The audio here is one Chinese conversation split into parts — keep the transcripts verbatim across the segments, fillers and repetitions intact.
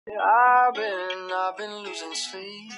I've been, I've been losing sleep,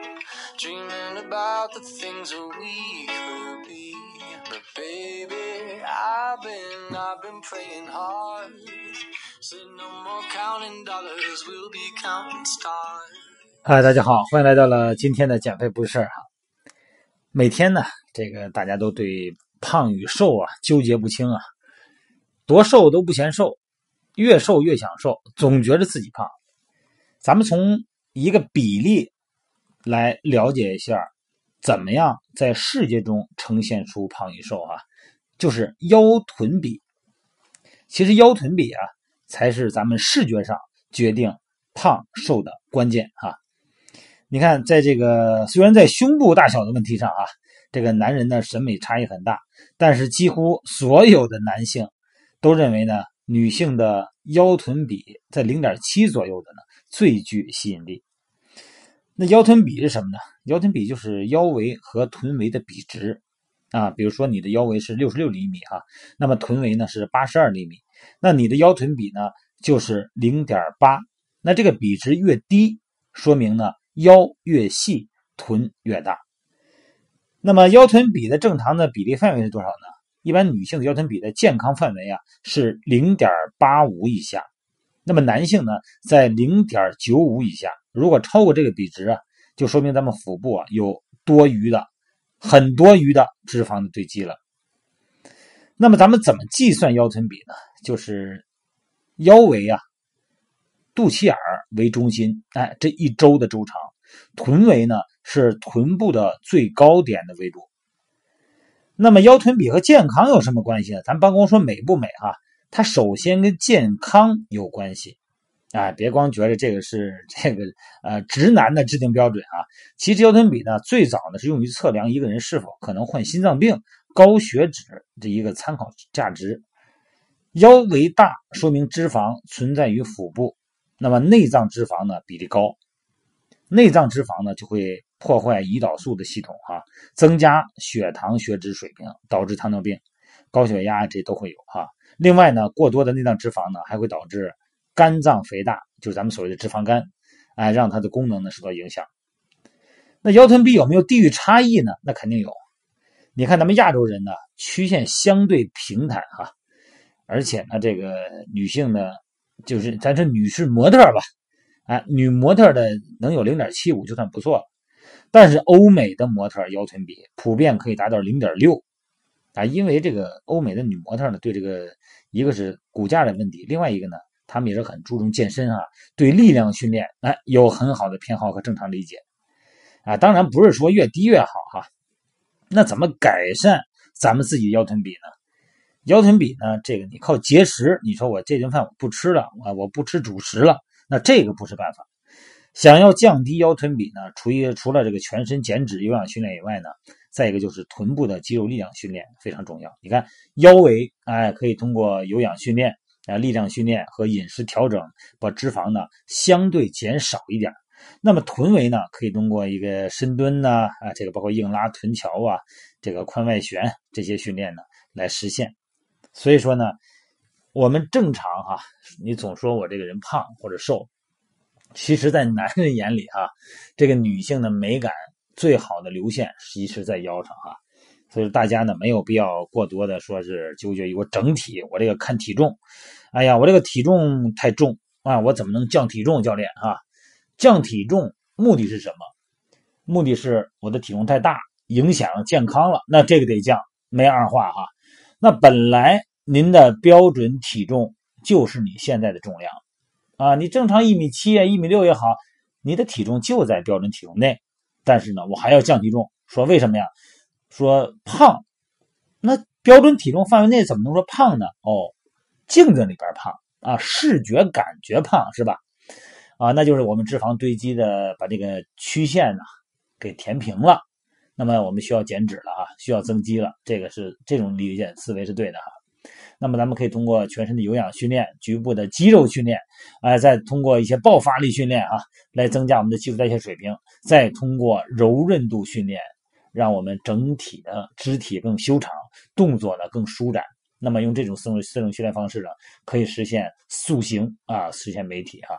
dreaming about the things that we could be. But baby, I've been, I've been praying hard. Said no more counting dollars, we'll be counting stars. 嗨，大家好，欢迎来到了今天的减肥不是事儿哈。每天呢，这个大家都对胖与瘦啊纠结不清啊，多瘦都不嫌瘦，越瘦越想瘦，总觉得自己胖。咱们从一个比例来了解一下，怎么样在世界中呈现出胖与瘦啊，就是腰臀比。其实腰臀比啊，才是咱们视觉上决定胖瘦的关键啊。你看，在这个虽然在胸部大小的问题上啊，这个男人的审美差异很大，但是几乎所有的男性都认为呢，女性的腰臀比在 零点七 左右的呢最具吸引力。那腰臀比是什么呢？腰臀比就是腰围和臀围的比值啊。比如说你的腰围是六十六厘米啊，那么臀围呢是八十二厘米，那你的腰臀比呢就是 零点八。那这个比值越低，说明呢腰越细，臀越大。那么腰臀比的正常的比例范围是多少呢？一般女性的腰臀比的健康范围啊是 零点八五 以下，那么男性呢在 零点九五 以下。如果超过这个比值啊，就说明咱们腹部啊有多余的很多余的脂肪的堆积了。那么咱们怎么计算腰臀比呢？就是腰围啊肚脐眼为中心，哎，这一周的周长。臀围呢是臀部的最高点的纬度。那么腰臀比和健康有什么关系呢？咱甭光说美不美啊，它首先跟健康有关系。哎，别光觉得这个是这个呃直男的制定标准啊。其实腰臀比呢，最早呢是用于测量一个人是否可能患心脏病、高血脂这一个参考价值。腰围大说明脂肪存在于腹部，那么内脏脂肪呢比例高，内脏脂肪呢就会破坏胰岛素的系统啊，增加血糖血脂水平，导致糖尿病、高血压这都会有啊。另外呢，过多的内脏脂肪呢还会导致肝脏肥大，就是咱们所谓的脂肪肝，哎，让它的功能呢受到影响。那腰臀比有没有地域差异呢？那肯定有。你看咱们亚洲人呢，曲线相对平坦啊，而且呢，这个女性呢，就是咱说女士模特吧，哎，女模特的能有 零点七五 就算不错了。但是欧美的模特腰臀比普遍可以达到 零点六 啊，因为这个欧美的女模特呢，对这个一个是骨架的问题，另外一个呢，他们也是很注重健身啊，对力量训练哎有很好的偏好和正常理解啊。当然不是说越低越好哈。那怎么改善咱们自己的腰臀比呢？腰臀比呢，这个你靠节食，你说我这顿饭我不吃了，我我不吃主食了，那这个不是办法。想要降低腰臀比呢，除一除了这个全身减脂有氧训练以外呢，再一个就是臀部的肌肉力量训练非常重要。你看腰围，哎，可以通过有氧训练啊、力量训练和饮食调整，把脂肪呢相对减少一点。那么臀围呢，可以通过一个深蹲呢，啊，这个包括硬拉臀桥啊，这个髋外旋这些训练呢来实现。所以说呢，我们正常哈、啊，你总说我这个人胖或者瘦。其实在男人眼里啊，这个女性的美感最好的流线其实在腰上啊，所以大家呢没有必要过多的说是纠结于我整体，我这个看体重，哎呀，我这个体重太重啊，我怎么能降体重？教练啊，降体重目的是什么？目的是我的体重太大，影响健康了，那这个得降，没二话哈。那本来您的标准体重就是你现在的重量。啊，你正常一米七啊，一米六也好，你的体重就在标准体重内，但是呢，我还要降体重，说为什么呀？说胖，那标准体重范围内怎么能说胖呢？哦，镜子里边胖啊，视觉感觉胖是吧？啊，那就是我们脂肪堆积的把这个曲线呢给填平了，那么我们需要减脂了啊，需要增肌了，这个是这种理解思维是对的哈。那么咱们可以通过全身的有氧训练、局部的肌肉训练，哎、呃，再通过一些爆发力训练啊，来增加我们的基础代谢水平，再通过柔韧度训练，让我们整体的肢体更修长，动作呢更舒展。那么用这种四种四种训练方式呢，可以实现塑形啊，实现美体啊。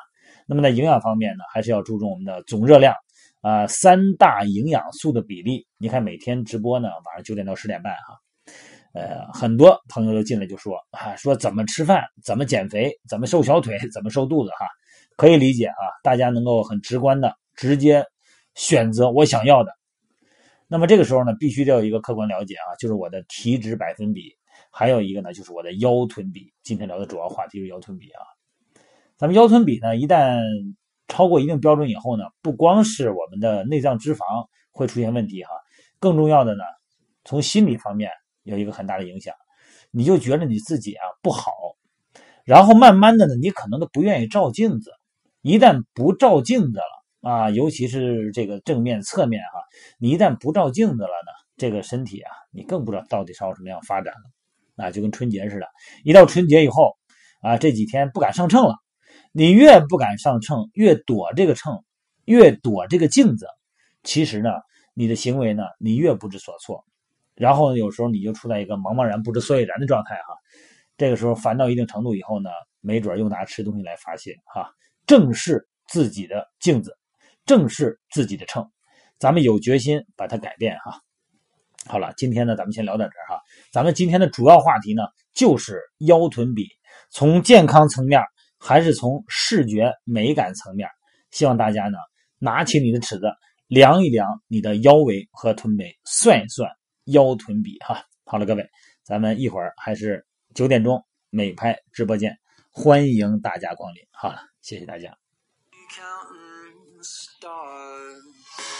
那么在营养方面呢，还是要注重我们的总热量啊、呃，三大营养素的比例。你看每天直播呢，晚上九点到十点半哈，呃，很多朋友都进来就说啊，说怎么吃饭，怎么减肥，怎么瘦小腿，怎么瘦肚子哈，可以理解啊，大家能够很直观的直接选择我想要的。那么这个时候呢，必须得有一个客观了解啊，就是我的体脂百分比，还有一个呢就是我的腰臀比。今天聊的主要话题是腰臀比啊。咱们腰臀比呢，一旦超过一定标准以后呢，不光是我们的内脏脂肪会出现问题哈，更重要的呢，从心理方面有一个很大的影响，你就觉得你自己啊不好，然后慢慢的呢，你可能都不愿意照镜子。一旦不照镜子了啊，尤其是这个正面侧面哈，你一旦不照镜子了呢，这个身体啊，你更不知道到底朝什么样发展了啊，就跟春节似的，一到春节以后啊，这几天不敢上秤了，你越不敢上秤，越躲这个秤，越躲这个镜子，其实呢，你的行为呢，你越不知所措，然后有时候你就处在一个茫茫然不知所以然的状态哈。这个时候烦到一定程度以后呢，没准又拿吃东西来发泄哈。正视自己的镜子，正视自己的秤，咱们有决心把它改变哈。好了，今天呢，咱们先聊到这儿哈。咱们今天的主要话题呢，就是腰臀比，从健康层面还是从视觉美感层面，希望大家呢拿起你的尺子量一量你的腰围和臀围，算一算腰臀比哈。好了，各位，咱们一会儿还是九点钟美拍直播间，欢迎大家光临。好了，谢谢大家。